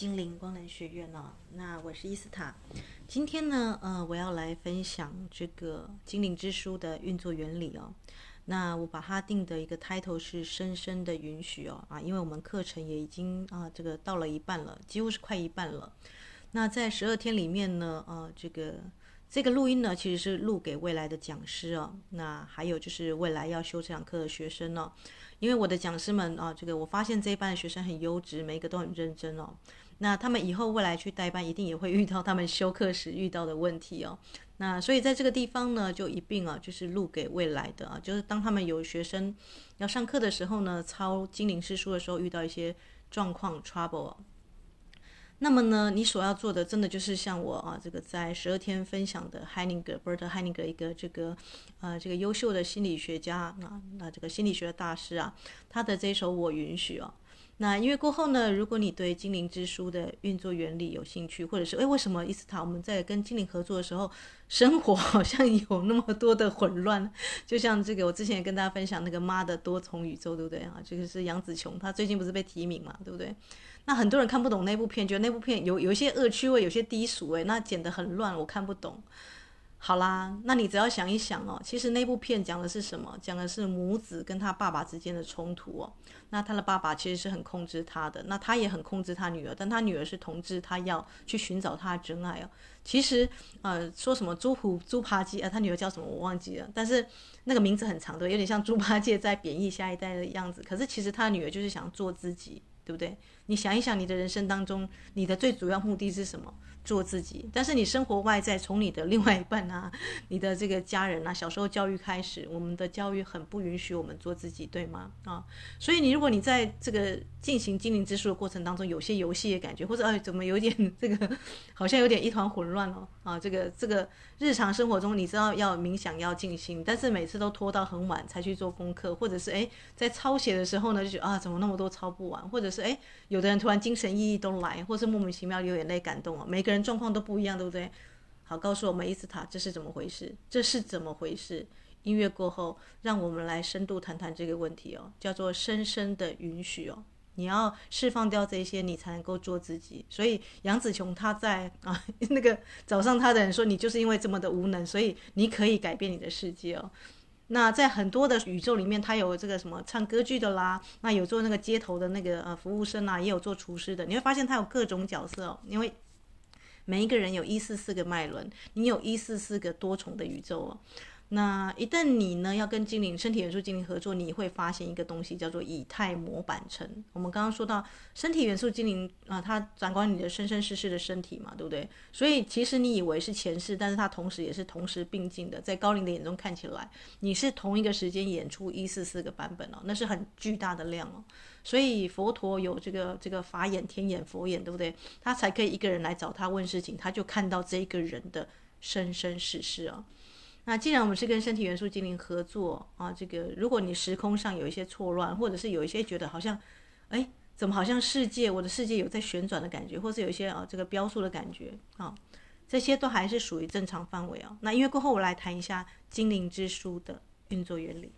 精灵光能学院哦。那我是伊斯塔，今天呢，我要来分享这个精灵之书的运作原理哦。那我把它定的一个 title 是深深的允许哦因为我们课程也已经这个到了一半了，几乎是快一半了。那在12天里面呢，这个录音呢，其实是录给未来的讲师哦。那还有就是未来要修这堂课的学生哦。因为我的讲师们我发现这一班的学生很优质，每一个都很认真哦。那他们以后未来去带班，一定也会遇到他们修课时遇到的问题哦。那所以在这个地方呢，就一并就是录给未来的就是当他们有学生要上课的时候呢，抄精灵诗书的时候遇到一些状况 trouble那么呢，你所要做的真的就是像我这个在12天分享的Bert Hellinger 一个这个优秀的心理学家那这个心理学的大师他的这首我允许那因为过后呢，如果你对精灵之书的运作原理有兴趣，或者是为什么伊斯塔我们在跟精灵合作的时候，生活好像有那么多的混乱，就像这个我之前也跟大家分享那个妈的多重宇宙，对不对这个是杨紫琼，她最近不是被提名嘛，对不对？那很多人看不懂那部片，觉得那部片有一些恶趣味，有些低俗那剪得很乱，我看不懂。好啦，那你只要想一想其实那部片讲的是什么？讲的是母子跟他爸爸之间的冲突那他的爸爸其实是很控制他的，那他也很控制他女儿，但他女儿是同志，他要去寻找他的真爱其实说什么猪扒鸡他女儿叫什么我忘记了，但是那个名字很长的，有点像猪八戒在贬义下一代的样子。可是其实他的女儿就是想做自己，对不对？你想一想，你的人生当中，你的最主要目的是什么？做自己。但是你生活外在，从你的另外一半你的这个家人小时候教育开始，我们的教育很不允许我们做自己，对吗？所以如果你在这个进行精灵之书的过程当中，有些游戏的感觉，或者怎么有点这个好像有点一团混乱这个日常生活中你知道要冥想要静心，但是每次都拖到很晚才去做功课，或者是在抄写的时候呢，就觉得怎么那么多抄不完，或者是有的人突然精神奕奕都来，或是莫名其妙流眼泪感动每个人状况都不一样，对不对？好，告诉我们伊斯塔这是怎么回事？这是怎么回事？音乐过后，让我们来深度谈谈这个问题叫做深深的允许你要释放掉这些，你才能够做自己。所以杨紫琼她在那个早上她的人说，你就是因为这么的无能，所以你可以改变你的世界那在很多的宇宙里面，他有这个什么唱歌剧的啦，那有做那个街头的那个服务生也有做厨师的，你会发现他有各种角色因为每一个人有144个脉轮，你有144个多重的宇宙那一旦你呢要跟精灵身体元素精灵合作，你会发现一个东西叫做以太模板层。我们刚刚说到身体元素精灵它掌管你的生生世世的身体嘛，对不对？所以其实你以为是前世，但是它同时也是同时并进的，在高龄的眼中看起来你是同一个时间演出144个版本那是很巨大的量所以佛陀有这个法眼天眼佛眼，对不对？他才可以一个人来找他问事情，他就看到这一个人的生生世世那既然我们是跟身体元素精灵合作这个如果你时空上有一些错乱，或者是有一些觉得好像怎么好像我的世界有在旋转的感觉，或是有一些这个标速的感觉这些都还是属于正常范围那因为过后我来谈一下精灵之书的运作原理。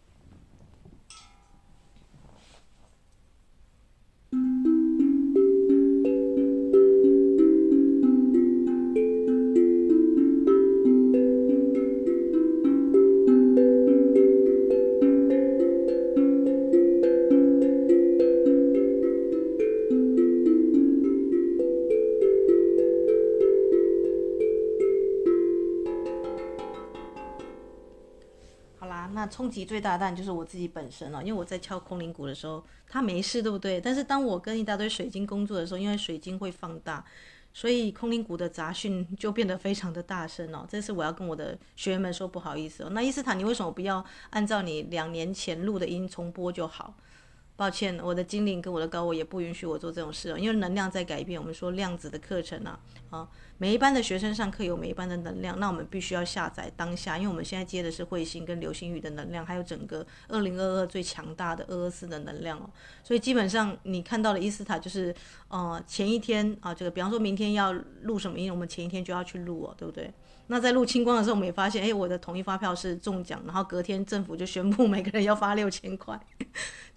那冲击最大的当然就是我自己本身因为我在敲空灵鼓的时候它没事，对不对？但是当我跟一大堆水晶工作的时候，因为水晶会放大，所以空灵鼓的杂讯就变得非常的大声这是我要跟我的学员们说不好意思那伊斯塔你为什么不要按照你2年前录的音重播就好？抱歉，我的精灵跟我的高我也不允许我做这种事因为能量在改变。我们说量子的课程每一班的学生上课有每一班的能量，那我们必须要下载当下，因为我们现在接的是彗星跟流星雨的能量，还有整个2022最强大的224的能量所以基本上你看到的伊斯塔就是前一天这个比方说明天要录什么音，我们前一天就要去录对不对？那在录清光的时候，我们也发现我的统一发票是中奖，然后隔天政府就宣布每个人要发6000块就是在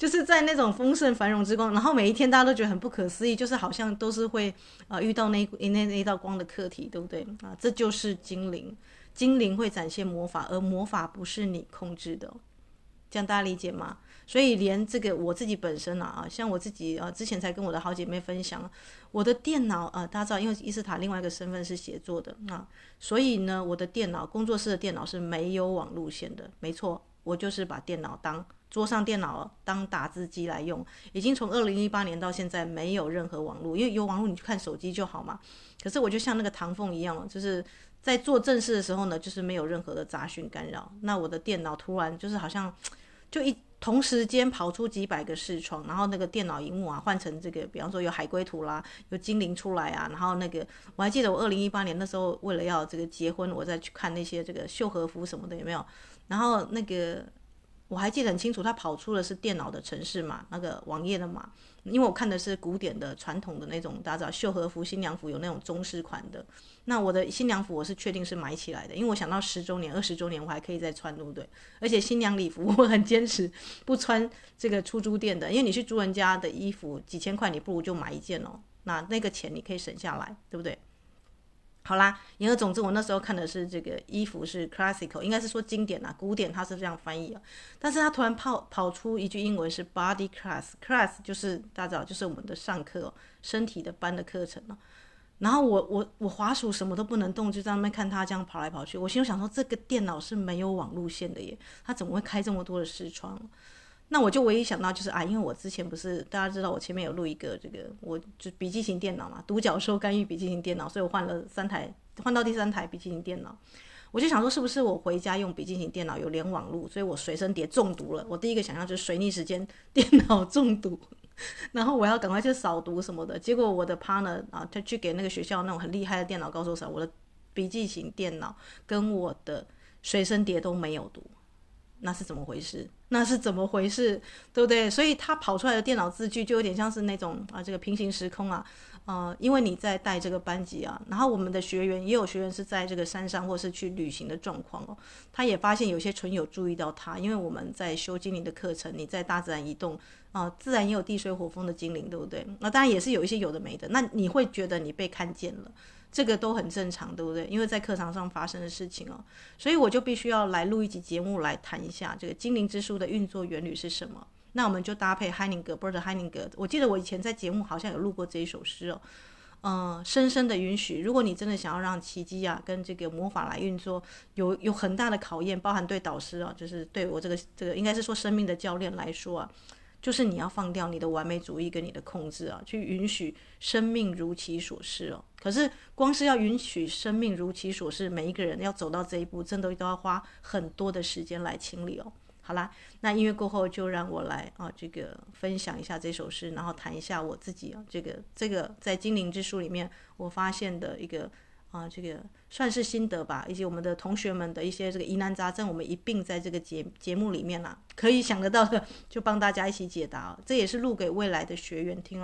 那种丰盛繁荣之光，然后每一天大家都觉得很不可思议，就是好像都是会遇到那道光的课题，对不对啊？这就是精灵，精灵会展现魔法，而魔法不是你控制的，这样大家理解吗？所以连这个我自己本身像我自己之前才跟我的好姐妹分享，我的电脑大家知道，因为伊斯塔另外一个身份是写作的所以呢，我的电脑工作室的电脑是没有网路线的，没错，我就是把电脑当桌上电脑当打字机来用，已经从2018年到现在没有任何网路，因为有网路你去看手机就好嘛。可是我就像那个唐凤一样，就是在做正事的时候呢，就是没有任何的杂讯干扰。那我的电脑突然就是好像就同时间跑出几百个视窗，然后那个电脑荧幕换成这个，比方说有海龟图啦，有精灵出来然后那个我还记得我2018年那时候为了要这个结婚，我再去看那些这个秀和服什么的有没有，然后那个我还记得很清楚，它跑出的是电脑的程式码，那个网页的码，因为我看的是古典的传统的那种，大家知道秀和服、新娘服有那种中式款的。那我的新娘服我是确定是买起来的，因为我想到10周年、20周年我还可以再穿，对不对？而且新娘礼服我很坚持不穿这个出租店的，因为你去租人家的衣服几千块，你不如就买一件那个钱你可以省下来，对不对？好啦，言而总之，我那时候看的是这个衣服是 classical， 应该是说经典古典，它是这样翻译但是它突然跑出一句英文是 body class 就是大家知道，就是我们的上课身体的班的课程然后我滑鼠什么都不能动，就在那边看它这样跑来跑去。我心里想说，这个电脑是没有网路线的耶，它怎么会开这么多的视窗？那我就唯一想到就是因为我之前不是大家知道我前面有录一个这个，我就笔记型电脑嘛，独角兽干预笔记型电脑，所以我换了3台，换到第3台笔记型电脑。我就想说，是不是我回家用笔记型电脑有连网路，所以我随身碟中毒了？我第一个想象就是水逆时间电脑中毒，然后我要赶快去扫毒什么的。结果我的 partner 他去给那个学校那种很厉害的电脑告诉我，我的笔记型电脑跟我的随身碟都没有毒。那是怎么回事？对不对？所以他跑出来的电脑字句就有点像是那种这个平行时空因为你在带这个班级然后我们的学员也有学员是在这个山上或是去旅行的状况他也发现有些纯友注意到他，因为我们在修精灵的课程，你在大自然移动自然也有地水火风的精灵，对不对？那当然也是有一些有的没的，那你会觉得你被看见了。这个都很正常，对不对？因为在课堂上发生的事情所以我就必须要来录一集节目来谈一下这个精灵之书的运作原理是什么。那我们就搭配海宁格 Bert 海宁格，我记得我以前在节目好像有录过这一首诗深深的允许，如果你真的想要让奇迹跟这个魔法来运作，有很大的考验，包含对导师就是对我这个应该是说生命的教练来说就是你要放掉你的完美主义跟你的控制去允许生命如其所是可是光是要允许生命如其所是，每一个人要走到这一步，真的都要花很多的时间来清理好啦，那音乐过后就让我来这个分享一下这首诗，然后谈一下我自己这个在精灵之书里面我发现的一个这个算是心得吧，以及我们的同学们的一些这个疑难杂症，我们一并在这个节目里面可以想得到的就帮大家一起解答这也是录给未来的学员听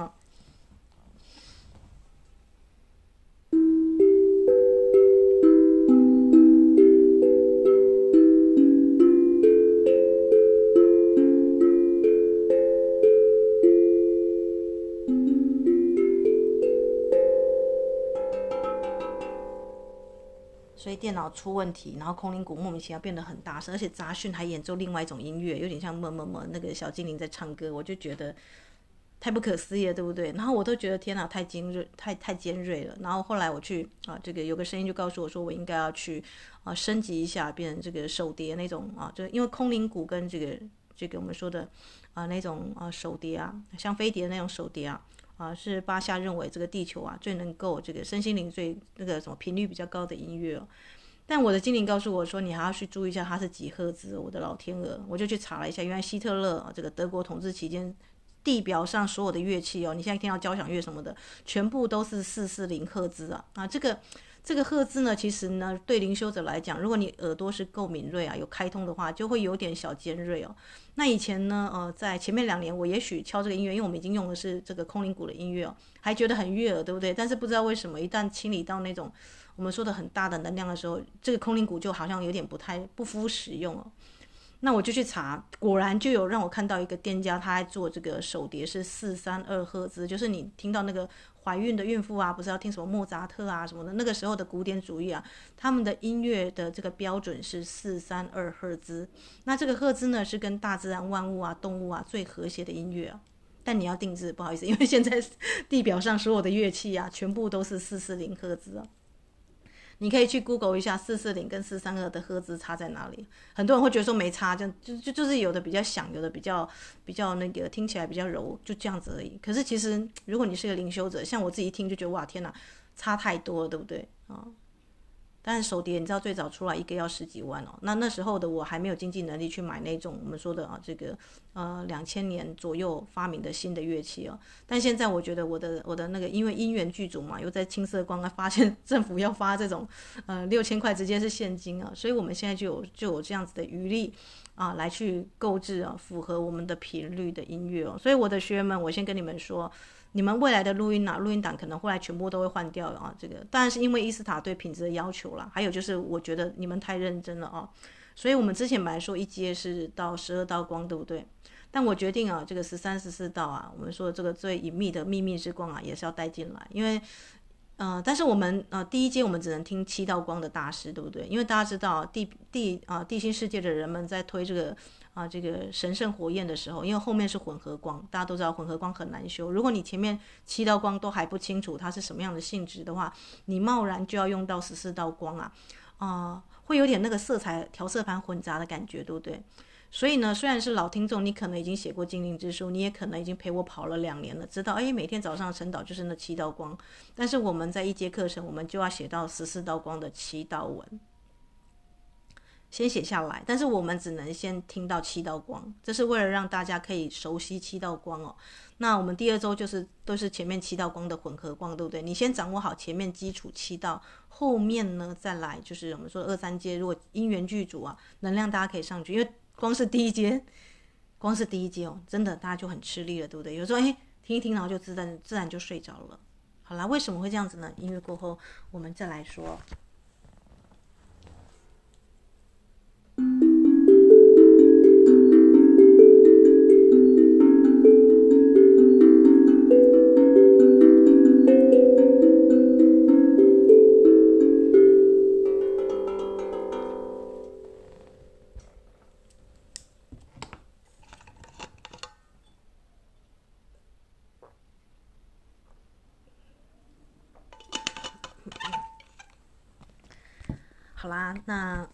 所以电脑出问题，然后空灵鼓莫名其妙变得很大声，而且杂讯还演奏另外一种音乐，有点像那个小精灵在唱歌，我就觉得太不可思议了，对不对？然后我都觉得天哪，太尖锐了。然后后来我去这个有个声音就告诉我说，我应该要去升级一下，变成这个手碟那种就因为空灵鼓跟这个我们说的那种手碟像飞碟那种手碟是巴夏认为这个地球最能够这个身心灵最那个什么频率比较高的音乐但我的精灵告诉我说，你还要去注意一下它是几赫兹我的老天鹅，我就去查了一下，原来希特勒这个德国统治期间，地表上所有的乐器你现在听到交响乐什么的，全部都是440赫兹这个赫兹呢，其实呢，对灵修者来讲，如果你耳朵是够敏锐有开通的话，就会有点小尖锐那以前呢，在前面2年，我也许敲这个音乐，因为我们已经用的是这个空灵鼓的音乐还觉得很悦耳，对不对？但是不知道为什么，一旦清理到那种我们说的很大的能量的时候，这个空灵鼓就好像有点不敷使用那我就去查，果然就有让我看到一个店家，他在做这个手碟是432赫兹，就是你听到那个怀孕的孕妇啊，不是要听什么莫扎特啊什么的，那个时候的古典主义啊，他们的音乐的这个标准是432赫兹。那这个赫兹呢，是跟大自然万物啊、动物啊最和谐的音乐啊。但你要定制，不好意思，因为现在地表上所有的乐器啊，全部都是440赫兹啊。你可以去 Google 一下440跟432的赫兹差在哪里。很多人会觉得说没差，就是有的比较响，有的比较那个听起来比较柔，就这样子而已。可是其实如果你是个灵修者，像我自己一听就觉得哇天哪，差太多了，对不对啊？但是手碟你知道最早出来一个要十几万哦，那时候的我还没有经济能力去买那种我们说的啊这个2000年左右发明的新的乐器哦。但现在我觉得我的那个因为因缘具足嘛，又在青色光发现政府要发这种6000块直接是现金啊，所以我们现在就有这样子的余力啊来去购置啊符合我们的频率的音乐哦。所以我的学员们，我先跟你们说。你们未来的录音档可能后来全部都会换掉了啊，这个当然是因为伊斯塔对品质的要求啦，还有就是我觉得你们太认真了啊，所以我们之前本来说一阶是到12道光，对不对？但我决定啊，这个13、14道啊，我们说的这个最隐秘的秘密之光啊，也是要带进来，因为但是我们第一阶我们只能听7道光的大师，对不对？因为大家知道地心世界的人们在推这个神圣火焰的时候，因为后面是混合光，大家都知道混合光很难修。如果你前面7道光都还不清楚它是什么样的性质的话，你贸然就要用到14道光啊，会有点那个色彩调色盘混杂的感觉，对不对？所以呢，虽然是老听众，你可能已经写过精灵之书，你也可能已经陪我跑了2年了，知道每天早上晨祷就是那7道光。但是我们在一节课程，我们就要写到14道光的7道文，先写下来。但是我们只能先听到7道光，这是为了让大家可以熟悉7道光哦。那我们第2周都是前面7道光的混合光，对不对？你先掌握好前面基础7道，后面呢再来就是我们说2、3阶，如果因缘具足啊，能量大家可以上去，因为光是第一阶哦，真的大家就很吃力了，对不对？有时候听一听，然后就自然就睡着了。好啦，为什么会这样子呢？音乐过后我们再来说。好啦，那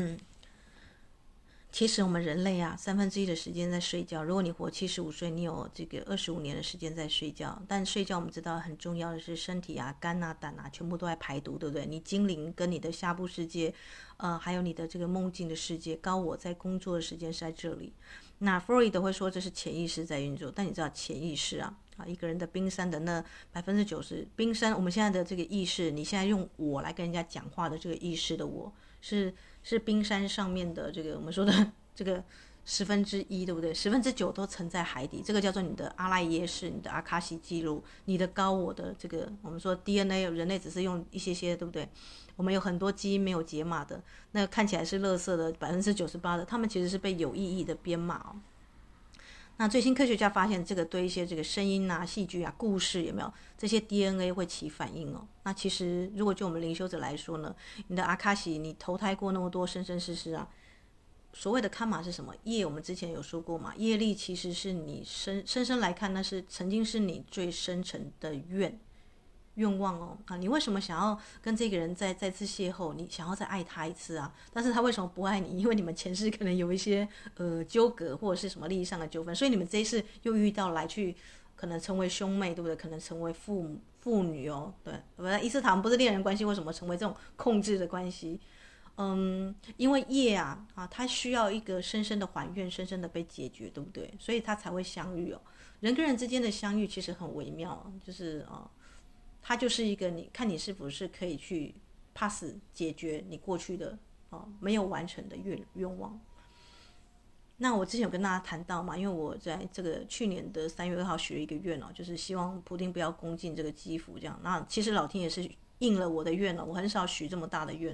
其实我们人类啊，1/3的时间在睡觉。如果你活75岁，你有这个25年的时间在睡觉。但睡觉我们知道很重要的是身体啊、肝啊、胆啊，全部都在排毒，对不对？你精灵跟你的下部世界，还有你的这个梦境的世界，高我在工作的时间是在这里。那弗洛伊德会说这是潜意识在运作，但你知道潜意识啊，一个人的冰山的那90%，冰山我们现在的这个意识，你现在用我来跟人家讲话的这个意识的我，是冰山上面的这个我们说的这个1/10，对不对？9%都沉在海底，这个叫做你的阿赖耶识，你的阿卡西记录，你的高我的这个我们说 DNA， 人类只是用一些，对不对？我们有很多基因没有解码的，那看起来是垃圾的98%的，他们其实是被有意义的编码哦。那最新科学家发现，这个对一些这个声音啊、戏剧啊、故事有没有这些 DNA 会起反应哦？那其实如果就我们灵修者来说呢，你的阿卡西，你投胎过那么多生生世世啊，所谓的卡玛是什么？业，我们之前有说过嘛，业力其实是你深来看，那是曾经是你最深沉的愿望哦你为什么想要跟这个人再次邂逅？你想要再爱他一次啊？但是他为什么不爱你？因为你们前世可能有一些纠葛或者是什么利益上的纠纷，所以你们这一世又遇到来去可能成为兄妹，对不对？可能成为父女哦，对，伊斯塔不是恋人关系，为什么成为这种控制的关系？因为业它需要一个深深的还愿，深深的被解决，对不对？所以它才会相遇哦。人跟人之间的相遇其实很微妙，就是它就是一个你看你是否是可以去 pass 解决你过去的没有完成的愿望。那我之前有跟大家谈到嘛，因为我在这个去年的3月2号许了一个愿就是希望普丁不要攻进这个基辅这样。那其实老天也是应了我的愿了，我很少许这么大的愿。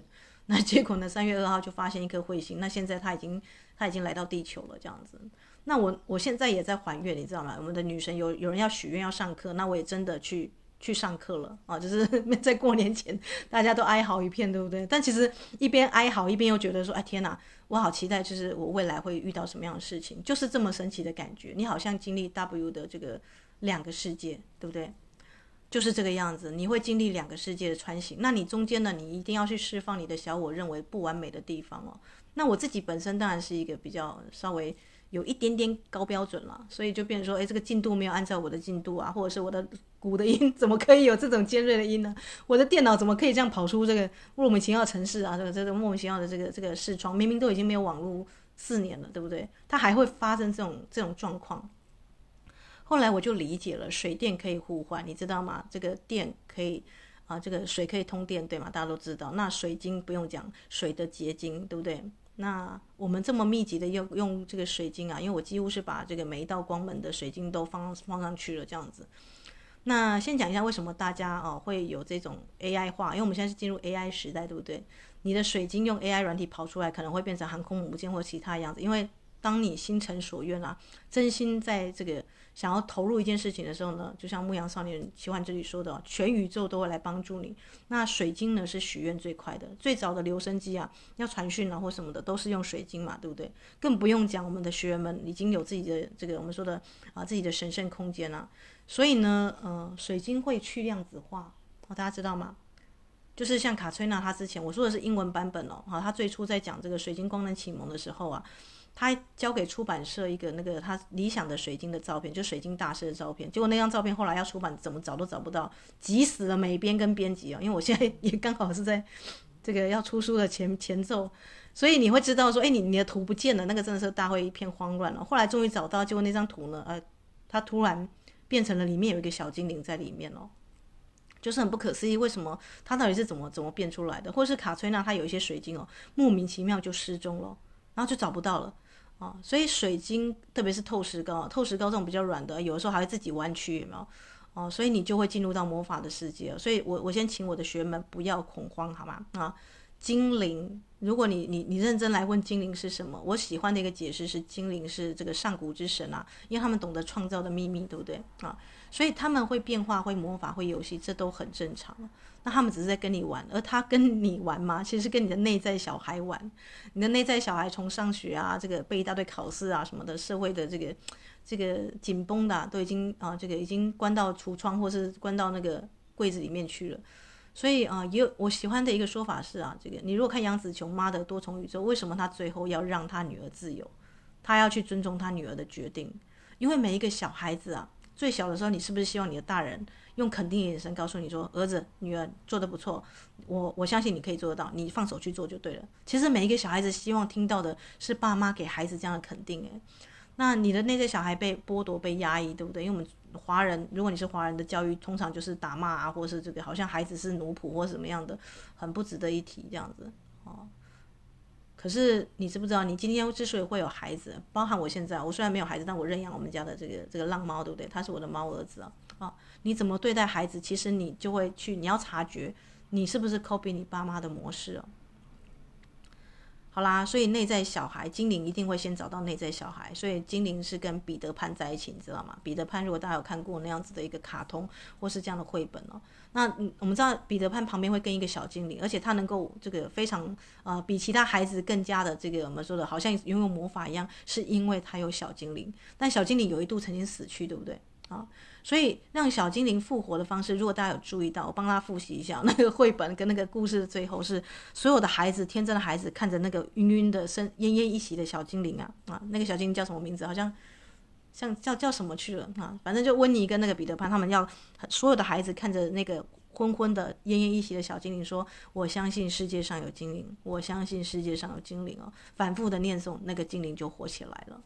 那结果呢3月2号就发现一颗彗星，那现在它已经来到地球了这样子。那我现在也在还愿，你知道吗？我们的女神有人要许愿要上课，那我也真的去上课了啊，就是在过年前大家都哀嚎一片，对不对？但其实一边哀嚎一边又觉得说，哎天哪，我好期待，就是我未来会遇到什么样的事情，就是这么神奇的感觉。你好像经历 W 的这个2个世界，对不对？就是这个样子，你会经历2个世界的穿行。那你中间呢，你一定要去释放你的小我认为不完美的地方哦。那我自己本身当然是一个比较稍微有一点点高标准了，所以就变成说，哎，这个进度没有按照我的进度啊，或者是我的鼓的音怎么可以有这种尖锐的音呢？我的电脑怎么可以这样跑出这个莫名其妙的程式啊？这个莫名其妙的这个视窗，明明都已经没有网络4年了，对不对？它还会发生这种状况。后来我就理解了，水电可以互换，你知道吗？这个电可以这个水可以通电，对吗？大家都知道。那水晶不用讲，水的结晶，对不对？那我们这么密集的用这个水晶啊，因为我几乎是把这个每一道光门的水晶都放上去了，这样子。那先讲一下为什么大家会有这种 AI 化，因为我们现在是进入 AI 时代，对不对？你的水晶用 AI 软体跑出来，可能会变成航空母舰或其他样子，因为当你心诚所愿啊，真心在这个想要投入一件事情的时候呢，就像牧羊少年奇幻之旅说的，全宇宙都会来帮助你。那水晶呢是许愿最快的，最早的留声机啊，要传讯啊或什么的都是用水晶嘛，对不对？更不用讲我们的学员们已经有自己的这个我们说的自己的神圣空间啊。所以呢，水晶会去量子化，大家知道吗？就是像卡崔娜她之前我说的是英文版本哦，她最初在讲这个水晶光能启蒙的时候啊。他交给出版社一个那个他理想的水晶的照片，就水晶大师的照片。结果那张照片后来要出版，怎么找都找不到，急死了美编跟编辑啊！因为我现在也刚好是在这个要出书的前奏，所以你会知道说，哎，你的图不见了，那个真的是大会一片慌乱了。后来终于找到，结果那张图呢，它突然变成了里面有一个小精灵在里面哦。就是很不可思议，为什么它到底是怎么变出来的？或是卡崔娜它有一些水晶哦，莫名其妙就失踪了，然后就找不到了。所以水晶特别是透石膏这种比较软的，有的时候还会自己弯曲，有没有？所以你就会进入到魔法的世界。所以我先请我的学员们不要恐慌，好吗？精灵，如果你认真来问精灵是什么，我喜欢的一个解释是精灵是这个上古之神啊，因为他们懂得创造的秘密，对不对所以他们会变化、会魔法、会游戏，这都很正常。那他们只是在跟你玩，而他跟你玩吗？其实是跟你的内在小孩玩。你的内在小孩从上学啊，这个背一大堆考试啊什么的，社会的这个紧绷的都已经这个已经关到橱窗或是关到那个柜子里面去了。所以也有我喜欢的一个说法是这个你如果看杨紫琼妈的多重宇宙，为什么她最后要让她女儿自由？她要去尊重她女儿的决定，因为每一个小孩子最小的时候，你是不是希望你的大人用肯定的眼神告诉你说，儿子、女儿做得不错，我相信你可以做得到，你放手去做就对了。其实每一个小孩子希望听到的是爸妈给孩子这样的肯定。那你的内在小孩被剥夺、被压抑，对不对？因为我们华人，如果你是华人的教育，通常就是打骂或是这个好像孩子是奴仆或什么样的，很不值得一提这样子可是你知不知道，你今天之所以会有孩子，包含我现在，我虽然没有孩子，但我认养我们家的这个浪猫，对不对？他是我的猫儿子你怎么对待孩子，其实你就会你要察觉你是不是 copy 你爸妈的模式好啦，所以内在小孩精灵一定会先找到内在小孩，所以精灵是跟彼得潘在一起，你知道吗？彼得潘如果大家有看过那样子的一个卡通或是这样的绘本那我们知道彼得潘旁边会跟一个小精灵，而且他能够这个非常比其他孩子更加的这个我们说的好像拥有魔法一样，是因为他有小精灵，但小精灵有一度曾经死去，对不对所以让小精灵复活的方式，如果大家有注意到，我帮他复习一下那个绘本跟那个故事的最后是所有的孩子，天真的孩子看着那个晕晕的奄奄一息的小精灵那个小精灵叫什么名字？好像叫什么去了反正就温妮跟那个彼得潘他们要所有的孩子看着那个昏昏的奄奄一息的小精灵说，我相信世界上有精灵，我相信世界上有精灵反复的念诵，那个精灵就活起来了。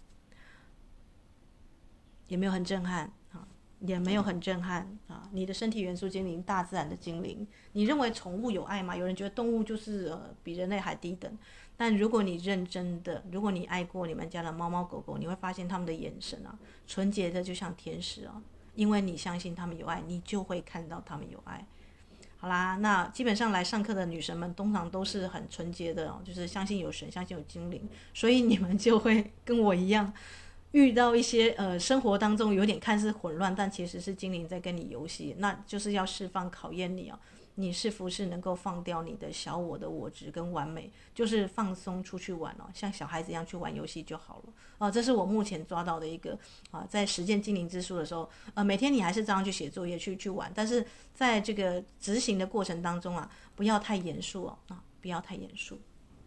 有没有很震撼也没有很震撼你的身体元素精灵，大自然的精灵，你认为宠物有爱吗？有人觉得动物就是比人类还低等，但如果你认真的，如果你爱过你们家的猫猫狗狗，你会发现他们的眼神纯洁的就像天使因为你相信他们有爱，你就会看到他们有爱。 好啦，那基本上来上课的女生们通常都是很纯洁的就是相信有神，相信有精灵，所以你们就会跟我一样遇到一些生活当中有点看似混乱，但其实是精灵在跟你游戏，那就是要释放考验你你是不是能够放掉你的小我的我执跟完美，就是放松出去玩像小孩子一样去玩游戏就好了这是我目前抓到的一个在实践精灵之书的时候每天你还是这样去写作业去玩，但是在这个执行的过程当中不要太严肃不要太严肃。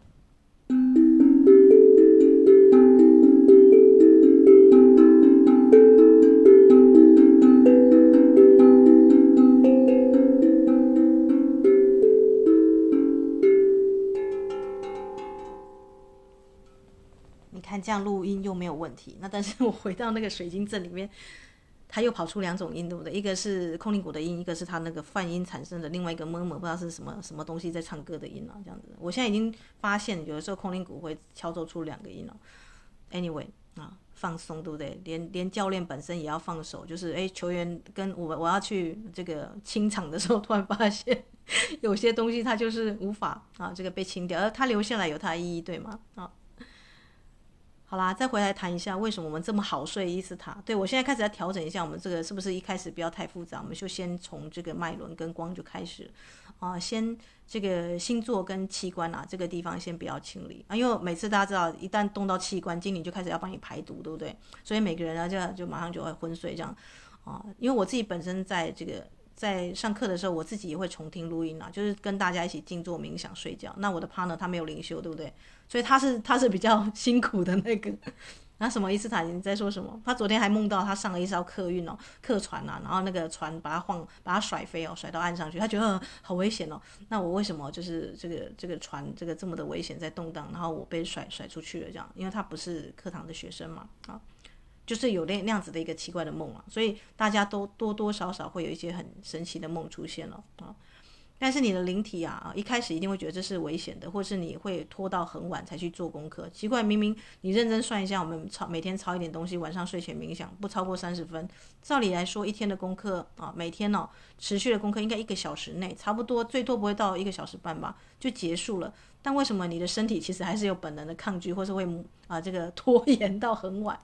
你看这样录音又没有问题，那但是我回到那个水晶阵里面，它又跑出2种音，对不对？一个是空灵鼓的音，一个是它那个泛音产生的另外一个么么，不知道是什么东西在唱歌的音这样子。我现在已经发现，有的时候空灵鼓会敲奏出2个音Anyway放松，对不对？连教练本身也要放手，就是球员跟我要去这个清场的时候，突然发现有些东西它就是无法这个被清掉，而它留下来有它的意义，对吗？好啦，再回来谈一下为什么我们这么好睡伊斯塔。对，我现在开始要调整一下，我们这个是不是一开始不要太复杂，我们就先从这个脉轮跟光就开始先这个星座跟器官这个地方先不要清理因为每次大家知道一旦动到器官，精灵就开始要帮你排毒，对不对？所以每个人就马上就会昏睡这样因为我自己本身在上课的时候，我自己也会重听录音就是跟大家一起静坐冥想睡觉。那我的 partner 他没有灵修，对不对？所以他是比较辛苦的那个。那什么伊斯塔你在说什么？他昨天还梦到他上了一艘客运客船然后那个船把他甩飞甩到岸上去，他觉得好危险那我为什么就是这个船这么的危险在动荡，然后我被甩出去了这样？因为他不是课堂的学生嘛就是有那样子的一个奇怪的梦所以大家都多多少少会有一些很神奇的梦出现了但是你的灵体一开始一定会觉得这是危险的，或是你会拖到很晚才去做功课。奇怪，明明你认真算一下，我们每天抄一点东西，晚上睡前冥想不超过30分，照理来说一天的功课每天持续的功课应该1个小时内，差不多最多不会到1个小时半吧就结束了。但为什么你的身体其实还是有本能的抗拒，或是会这个拖延到很晚？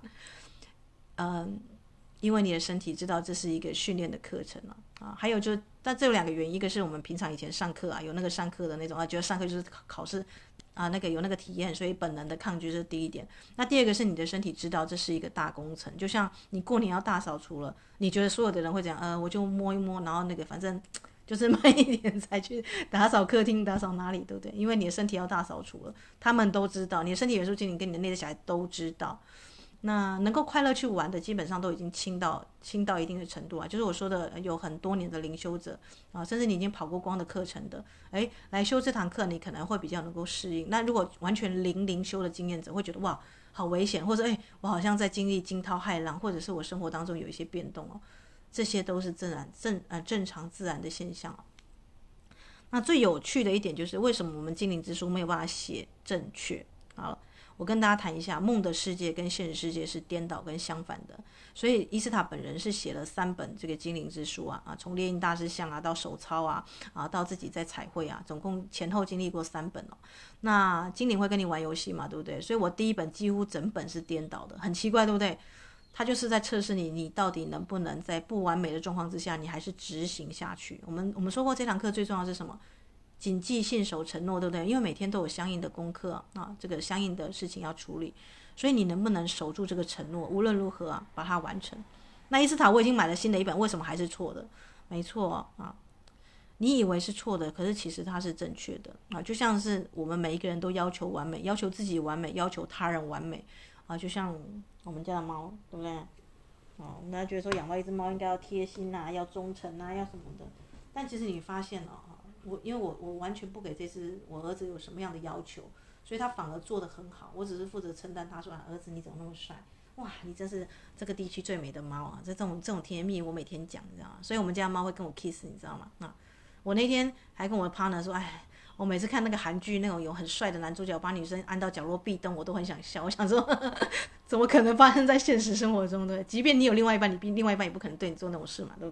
因为你的身体知道这是一个训练的课程还有但这有2个原因，一个是我们平常以前上课有那个上课的那种觉得上课就是考试那个有那个体验，所以本能的抗拒是第一点。那第二个是你的身体知道这是一个大工程，就像你过年要大扫除了，你觉得所有的人会讲我就摸一摸，然后那个反正就是慢一点才去打扫客厅打扫哪里，对不对？因为你的身体要大扫除了，他们都知道，你的身体元素精灵跟你的内在小孩都知道。那能够快乐去玩的基本上都已经轻到一定的程度就是我说的有很多年的灵修者甚至你已经跑过光的课程的来修这堂课你可能会比较能够适应。那如果完全灵修的经验者会觉得哇好危险，或者我好像在经历惊涛骇浪，或者是我生活当中有一些变动这些都是正常自然的现象那最有趣的一点就是为什么我们精灵之书没有办法写正确好，我跟大家谈一下，梦的世界跟现实世界是颠倒跟相反的，所以伊斯塔本人是写了3本这个精灵之书从猎鹰大师像到手抄到自己在彩绘总共前后经历过3本那精灵会跟你玩游戏嘛，对不对？所以我第1本几乎整本是颠倒的，很奇怪，对不对？他就是在测试你到底能不能在不完美的状况之下，你还是执行下去。我们说过这堂课最重要的是什么？谨记信守承诺，对不对？因为每天都有相应的功课这个相应的事情要处理，所以你能不能守住这个承诺，无论如何把它完成。那伊斯塔我已经买了新的1本，为什么还是错的？没错你以为是错的，可是其实它是正确的就像是我们每一个人都要求完美，要求自己完美，要求他人完美就像我们家的猫，对不对我们大家觉得说养到一只猫应该要贴心要忠诚要什么的，但其实你发现因为我完全不给这只我儿子有什么样的要求，所以他反而做得很好，我只是负责称赞他说儿子你怎么那么帅，哇你真是这个地区最美的猫这种甜蜜我每天讲，你知道吗？所以我们家的猫会跟我 kiss， 你知道吗我那天还跟我的 partner 说我每次看那个韩剧那种有很帅的男主角把女生按到角落壁咚，我都很想笑，我想说怎么可能发生在现实生活中，对不对？即便你有另外一半，你另外一半也不可能对你做那种事嘛，对不对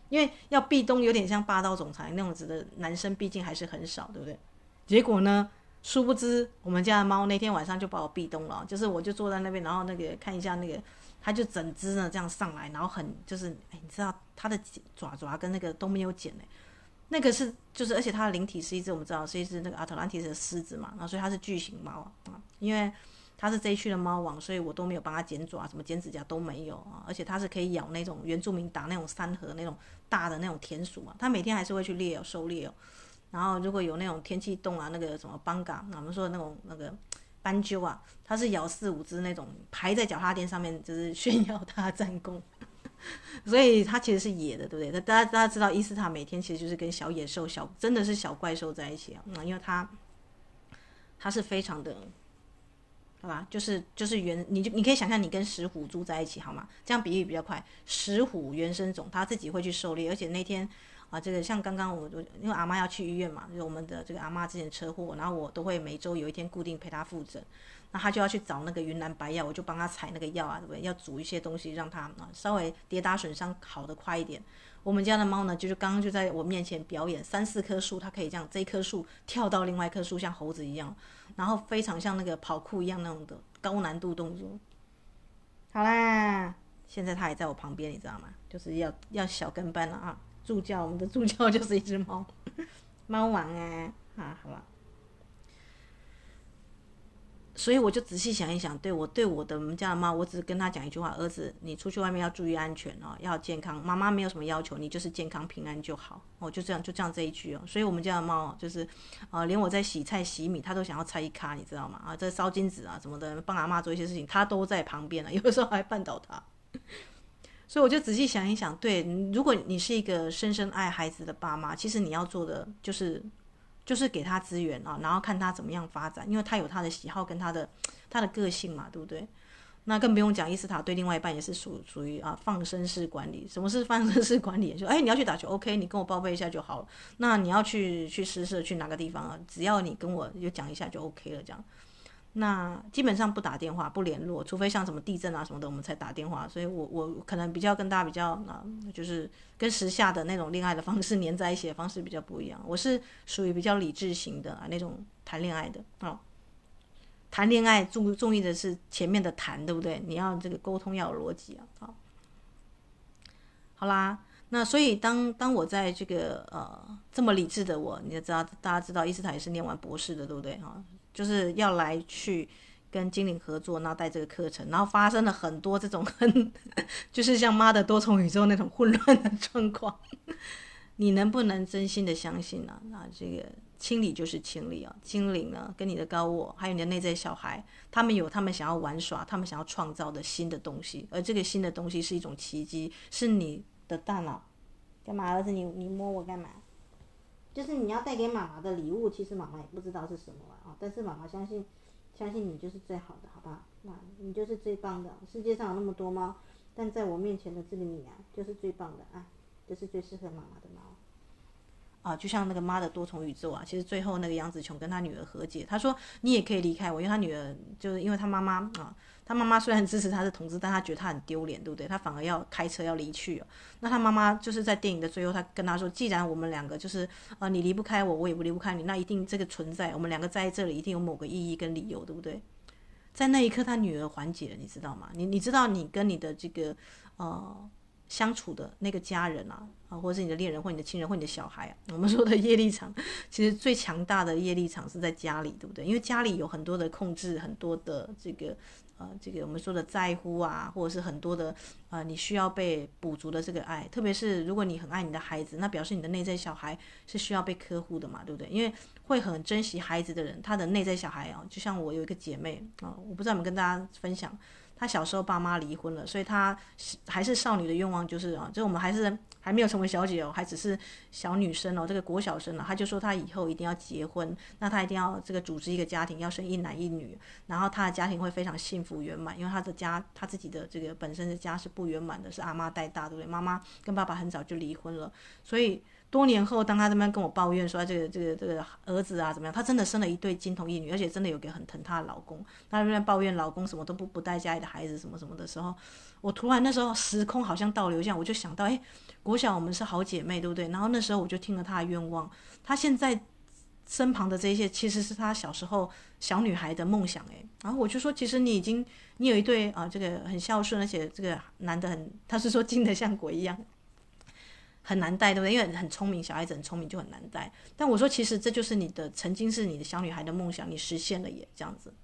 因为要壁咚有点像霸道总裁那种子的男生，毕竟还是很少，对不对？结果呢，殊不知我们家的猫那天晚上就把我壁咚了，就是我就坐在那边，然后那个看一下那个，它就整只呢这样上来，然后很就是你知道它的爪爪跟那个都没有剪那个是就是而且它的灵体是一只我们知道是一只那个阿特兰蒂斯的狮子嘛，然后所以它是巨型猫因为它是这一区的猫王，所以我都没有帮它剪爪，什么剪指甲都没有而且它是可以咬那种原住民打那种山河那种大的那种田鼠它每天还是会去猎狩猎然后如果有那种天气冻那个什么邦嘎，我们说的那个斑鸠它是咬4-5只那种排在脚踏垫上面，就是炫耀它的战功。所以它其实是野的，对不对？大家知道伊斯塔每天其实就是跟小野兽、真的是小怪兽在一起因为它是非常的。好吧，就是你可以想象你跟石虎住在一起好吗？这样比喻比较快。石虎原生种，它自己会去狩猎，而且那天这个像刚刚我因为阿妈要去医院嘛，就是我们的这个阿妈之前车祸，然后我都会每周有一天固定陪她复诊，那她就要去找那个云南白药，我就帮她采那个药对不对？要煮一些东西让她稍微跌打损伤好得快一点。我们家的猫呢，就是刚刚就在我面前表演3-4棵树，它可以这样这一棵树跳到另外一棵树，像猴子一样，然后非常像那个跑酷一样那种的高难度动作。好啦，现在它也在我旁边，你知道吗？就是要小跟班了助教，我们的助教就是一只猫，猫王好了。所以我就仔细想一想，对我们家的猫，我只跟他讲一句话：儿子，你出去外面要注意安全要健康。妈妈没有什么要求，你就是健康平安就好就这样这一句所以我们家的猫就是连我在洗菜洗米，它都想要拆一咖，你知道吗？这烧金纸什么的，帮阿嬷做一些事情，它都在旁边有的时候还绊倒它。所以我就仔细想一想，对，如果你是一个深深爱孩子的爸妈，其实你要做的就是给他资源然后看他怎么样发展，因为他有他的喜好跟他的个性嘛，对不对？那更不用讲，伊斯塔对另外一半也是属于放生式管理。什么是放生式管理？就你要去打球 ，OK， 你跟我报备一下就好了。那你要去诗社去哪个地方只要你跟我就讲一下就 OK 了，这样。那基本上不打电话不联络，除非像什么地震什么的我们才打电话。所以我可能比较跟大家比较就是跟时下的那种恋爱的方式黏在一起的方式比较不一样。我是属于比较理智型的那种谈恋爱的谈恋爱注意的是前面的谈，对不对？你要这个沟通要有逻辑好啦，那所以当我在这个这么理智的你也知道，大家知道伊斯塔也是念完博士的，对不对就是要来去跟精灵合作，然后带这个课程，然后发生了很多这种就是像妈的多重宇宙那种混乱的状况。你能不能真心的相信这个清理就是清理精灵呢跟你的高我还有你的内在小孩，他们有他们想要玩耍，他们想要创造的新的东西，而这个新的东西是一种奇迹，是你的大脑干嘛？儿子你摸我干嘛？就是你要带给妈妈的礼物，其实妈妈也不知道是什么但是妈妈相信你就是最好的，好吧？那你就是最棒的。世界上有那么多猫，但在我面前的这个你就是最棒的就是最适合妈妈的猫就像那个妈的多重宇宙其实最后那个杨紫琼跟他女儿和解，他说你也可以离开我，因为他女儿就是因为他妈妈他妈妈虽然支持他是同志，但他觉得他很丢脸，对不对？他反而要开车要离去那他妈妈就是在电影的最后，他跟他说，既然我们两个就是你离不开我，我也不离不开你，那一定这个存在，我们两个在这里一定有某个意义跟理由，对不对？在那一刻他女儿缓解了，你知道吗？你知道你跟你的这个相处的那个家人或者是你的恋人或你的亲人或你的小孩我们说的业力场，其实最强大的业力场是在家里，对不对？因为家里有很多的控制，很多的这个我们说的在乎或者是很多的你需要被补足的这个爱，特别是如果你很爱你的孩子，那表示你的内在小孩是需要被呵护的嘛，对不对？因为会很珍惜孩子的人，他的内在小孩就像我有一个姐妹我不知道有没有跟大家分享，她小时候爸妈离婚了，所以她还是少女的愿望就是就我们还没有成为小姐还只是小女生这个国小生她就说她以后一定要结婚，那她一定要这个组织一个家庭，要生一男一女，然后她的家庭会非常幸福圆满，因为她自己的这个本身的家是不圆满的，是阿妈带大，对不对？妈妈跟爸爸很早就离婚了，所以多年后，当他这边跟我抱怨说这个儿子啊怎么样，他真的生了一对金童玉女，而且真的有个很疼他的老公。他这边抱怨老公什么都不带家里的孩子什么什么的时候，我突然那时候时空好像倒流一下，我就想到，国小我们是好姐妹，对不对？然后那时候我就听了他的愿望，他现在身旁的这些其实是他小时候小女孩的梦想，然后我就说，其实你有一对这个很孝顺，而且这个男的他是说精得像鬼一样。很难带，对不对？因为很聪明，小孩子很聪明就很难带。但我说，其实这就是曾经是你的小女孩的梦想，你实现了耶，这样子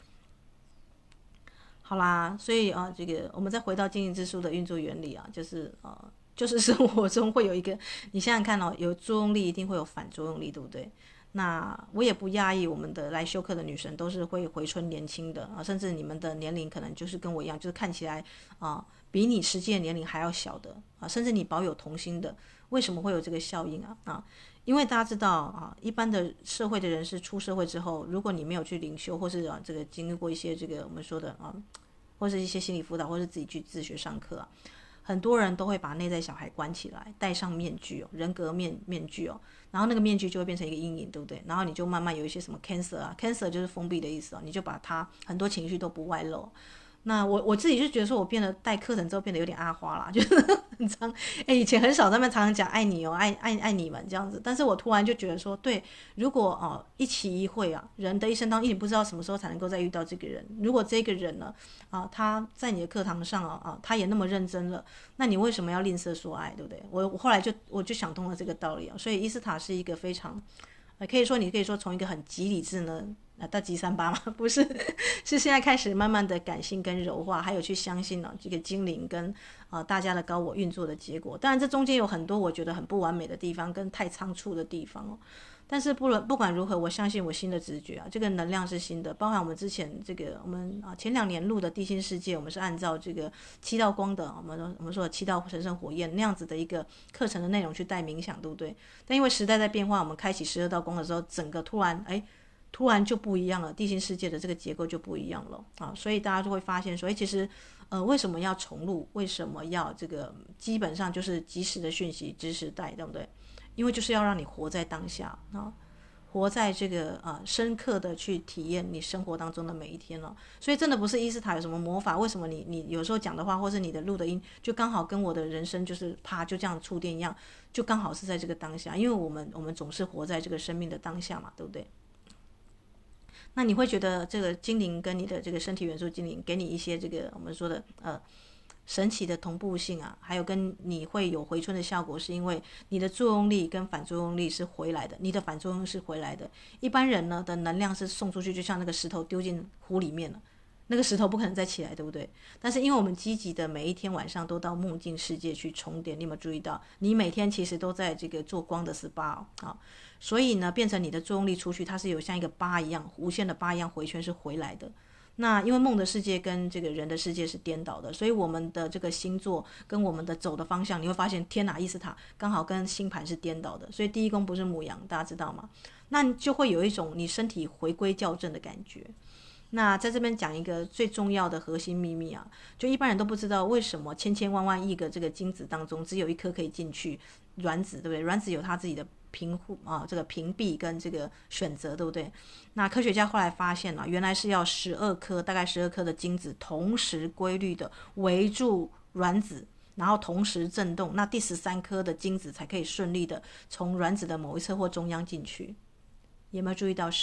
好啦，所以这个我们再回到经营之书的运作原理啊，就是生活中会有一个，你想想看有作用力，一定会有反作用力，对不对？那我也不讶异，我们的来修课的女生都是会回春年轻的甚至你们的年龄可能就是跟我一样，就是看起来比你实际的年龄还要小的甚至你保有童心的，为什么会有这个效应因为大家知道一般的社会的人士出社会之后，如果你没有去领修，或是这个经历过一些这个我们说的或是一些心理辅导，或是自己去自学上课很多人都会把内在小孩关起来，戴上面具人格面具然后那个面具就会变成一个阴影，对不对？然后你就慢慢有一些什么 cancer 就是封闭的意思你就把它很多情绪都不外露。那我自己就觉得说，我变得带课程之后变得有点阿花啦，就是很常以前很少在那边常常讲爱你爱你们这样子，但是我突然就觉得说，对，如果一期一会人的一生当中，你不知道什么时候才能够再遇到这个人，如果这个人呢他在你的课堂上他也那么认真了，那你为什么要吝啬说爱，对不对？我后来我就想通了这个道理所以伊斯塔是一个非常你可以说从一个很极理智呢到极38吗？不是，是现在开始慢慢的感性跟柔化，还有去相信这个精灵跟大家的高我运作的结果。当然这中间有很多我觉得很不完美的地方跟太仓促的地方但是不管如何，我相信我新的直觉这个能量是新的，包含我们之前这个我们前2年录的地心世界，我们是按照这个7道光的我们说的7道神圣火焰那样子的一个课程的内容去带冥想，对不对？但因为时代在变化，我们开启12道光的时候，整个突然就不一样了，地心世界的这个结构就不一样了所以大家就会发现说，其实为什么要重录？为什么要这个？基本上就是及时的讯息知识带，对不对？因为就是要让你活在当下活在这个深刻的去体验你生活当中的每一天所以真的不是伊斯塔有什么魔法，为什么你有时候讲的话，或是你的录的音，就刚好跟我的人生就是啪就这样触电一样，就刚好是在这个当下，因为我们总是活在这个生命的当下嘛，对不对？那你会觉得这个精灵跟你的这个身体元素精灵给你一些这个我们说的神奇的同步性还有跟你会有回春的效果，是因为你的作用力跟反作用力是回来的，你的反作用是回来的。一般人呢的能量是送出去，就像那个石头丢进湖里面了，那个石头不可能再起来，对不对？但是因为我们积极的每一天晚上都到梦境世界去充电，你有没有注意到，你每天其实都在这个做光的 SPA所以呢变成你的作用力出去，它是有像一个疤一样，无限的疤一样回圈是回来的。那因为梦的世界跟这个人的世界是颠倒的，所以我们的这个星座跟我们的走的方向，你会发现天哪，伊斯塔刚好跟星盘是颠倒的，所以第一宫不是牡羊，大家知道吗？那就会有一种你身体回归校正的感觉。那在这边讲一个最重要的核心秘密就一般人都不知道为什么千千万万亿个这个精子当中只有一颗可以进去卵子，对不对？卵子有它自己的这个屏蔽跟这个选择，对不对？那科学家后来发现原来是要大概12颗的精子同时规律的围住卵子，然后同时震动，那第13颗的精子才可以顺利的从卵子的某一侧或中央进去。有没有注意到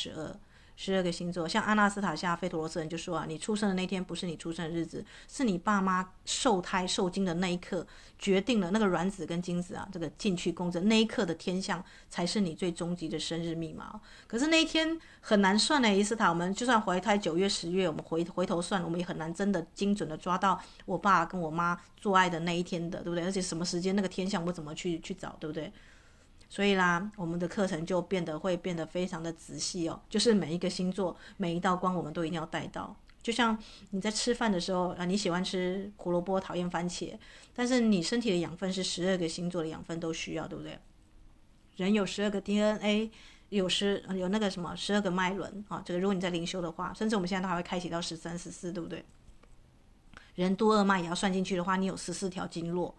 12个星座？像阿纳斯塔夏费陀罗斯人就说你出生的那天不是你出生的日子，是你爸妈受胎受精的那一刻决定了那个卵子跟精子这个进去共振那一刻的天象才是你最终极的生日密码可是那一天很难算伊斯塔，我们就算怀胎9月10月，我们回头算，我们也很难真的精准的抓到我爸跟我妈做爱的那一天的，对不对？而且什么时间那个天象我怎么去找，对不对？所以啦，我们的课程就会变得非常的仔细就是每一个星座每一道光我们都一定要带到。就像你在吃饭的时候你喜欢吃胡萝卜讨厌番茄，但是你身体的养分是12个星座的养分都需要，对不对？人有12个 DNA， 有那个什么12个脉轮这个如果你在灵修的话，甚至我们现在都还会开启到13、14，对不对？人督2脉也要算进去的话，你有14条经络，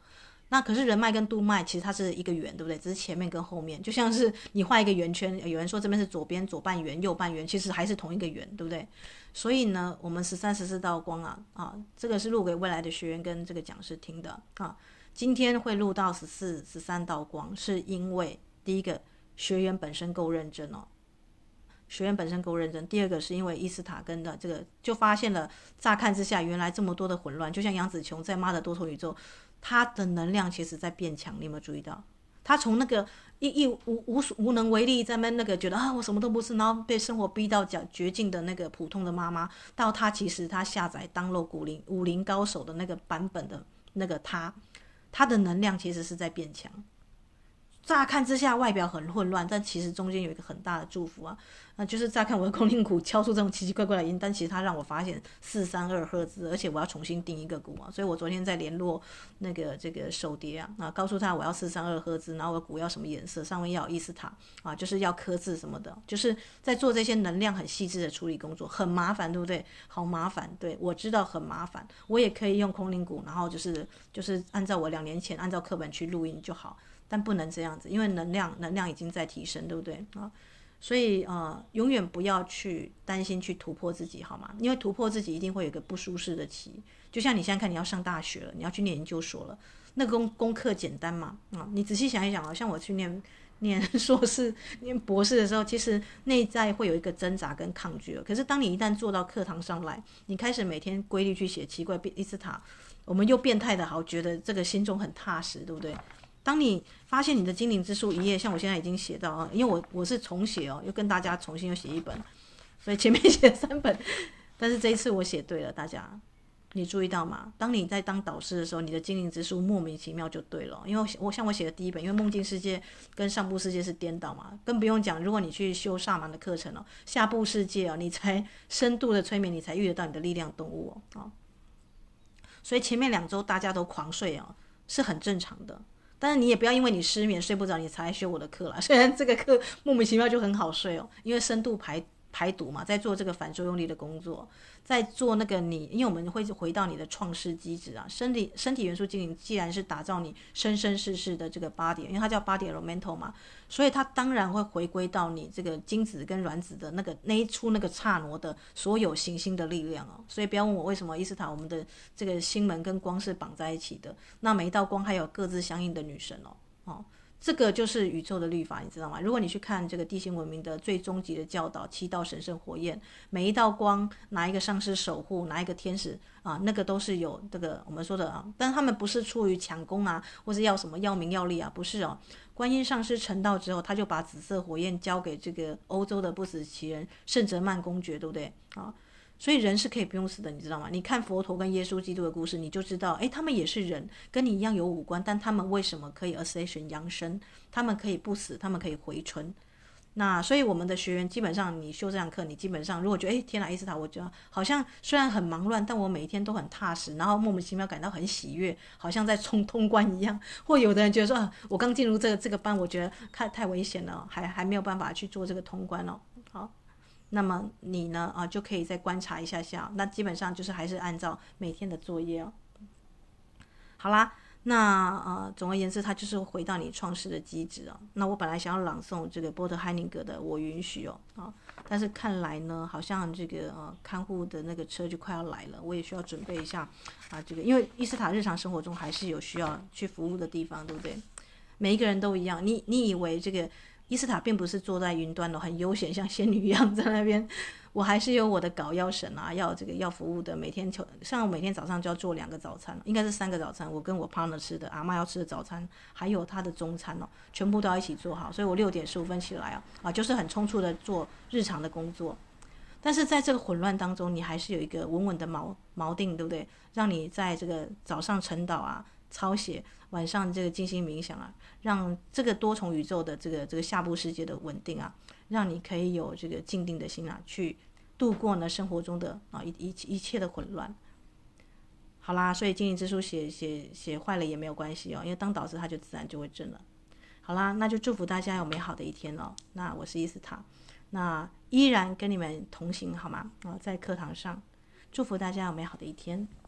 那可是人脉跟督脉其实它是一个圆，对不对？只是前面跟后面，就像是你画一个圆圈，有人说这边是左边左半圆，右半圆，其实还是同一个圆，对不对？所以呢，我们13、14道光这个是录给未来的学员跟这个讲师听的啊。今天会录到14、13道光，是因为第一个学员本身够认真哦。学员本身够认真，第二个是因为伊斯塔跟的这个就发现了，乍看之下原来这么多的混乱，就像杨紫琼在妈的多重宇宙，她的能量其实在变强，你有没有注意到？她从那个无能为力，在那个觉得我什么都不是，然后被生活逼到绝境的那个普通的妈妈，到她其实她下载当肉武林高手的那个版本的那个她的能量其实是在变强。乍看之下外表很混乱，但其实中间有一个很大的祝福啊，那就是乍看我的空灵鼓敲出这种奇奇怪怪的音，但其实它让我发现432赫兹，而且我要重新定一个鼓啊，所以我昨天在联络那个这个手碟告诉他我要432赫兹，然后我的鼓要什么颜色，上面要有伊斯塔就是要刻字什么的，就是在做这些能量很细致的处理工作，很麻烦，对不对？好麻烦，对，我知道很麻烦，我也可以用空灵鼓，然后就是按照我2年前按照课本去录音就好。但不能这样子，因为能量已经在提升，对不对所以永远不要去担心去突破自己，好吗？因为突破自己一定会有一个不舒适的期。就像你现在看，你要上大学了，你要去念研究所了，那个功课简单嘛你仔细想一想像我去念硕士、念博士的时候，其实内在会有一个挣扎跟抗拒可是当你一旦坐到课堂上来，你开始每天规律去写奇怪伊斯塔，我们又变态的好，觉得这个心中很踏实，对不对？当你发现你的精灵之书一页，像我现在已经写到因为我是重写又跟大家重新又写一本，所以前面写3本，但是这一次我写对了，大家你注意到吗？当你在当导师的时候，你的精灵之书莫名其妙就对了，因为像我写的第一本，因为梦境世界跟上部世界是颠倒嘛，更不用讲，如果你去修萨满的课程下部世界你才深度的催眠，你才遇得到你的力量动物所以前面2周大家都狂睡是很正常的。但是你也不要因为你失眠睡不着你才来修我的课啦，虽然这个课莫名其妙就很好睡因为深度排毒嘛，在做这个反作用力的工作，在做那个因为我们会回到你的创世机制身体元素精灵既然是打造你生生世世的这个 body， 因为它叫 body elemental 嘛，所以它当然会回归到你这个精子跟卵子的那一出那个刹那的所有行星的力量所以不要问我为什么伊斯塔我们的这个星门跟光是绑在一起的，那每一道光还有各自相应的女神这个就是宇宙的律法，你知道吗？如果你去看这个地心文明的最终极的教导，7道神圣火焰，每一道光哪一个上师守护，哪一个天使那个都是有这个我们说的但他们不是出于抢功或是要什么要名要利不是观音上师成道之后，他就把紫色火焰交给这个欧洲的不死奇人圣哲曼公爵，对不对所以人是可以不用死的，你知道吗？你看佛陀跟耶稣基督的故事，你就知道他们也是人，跟你一样有五官，但他们为什么可以 ascension 扬升，他们可以不死，他们可以回春。那所以我们的学员基本上你修这堂课，你基本上如果觉得天哪伊斯塔，我觉得好像虽然很忙乱，但我每一天都很踏实，然后莫名其妙感到很喜悦，好像在通关一样。或有的人觉得说我刚进入这个班，我觉得太危险了，还没有办法去做这个通关好，那么你呢就可以再观察一下下，那基本上就是还是按照每天的作业好啦，那总而言之，它就是回到你创世的机制那我本来想要朗诵这个波特海宁格的《我允许》但是看来呢，好像这个看护的那个车就快要来了，我也需要准备一下这个，因为伊斯塔日常生活中还是有需要去服务的地方，对不对？每一个人都一样，你以为这个伊斯塔并不是坐在云端很悠闲，像仙女一样在那边。我还是有我的稿要审要服务的，像我每天早上就要做2个早餐，应该是3个早餐，我跟我 partner 吃的，阿嬷要吃的早餐，还有他的中餐全部都要一起做好，所以我6点15分起来就是很匆促的做日常的工作。但是在这个混乱当中，你还是有一个稳稳的锚定，对不对？让你在这个早上晨祷抄写，晚上这个静心冥想让这个多重宇宙的这个下部世界的稳定让你可以有这个静定的心去度过呢生活中的一切的混乱。好啦，所以精灵之书写坏了也没有关系因为当导师它就自然就会正了。好啦，那就祝福大家有美好的一天那我是伊斯塔，那依然跟你们同行好吗在课堂上，祝福大家有美好的一天。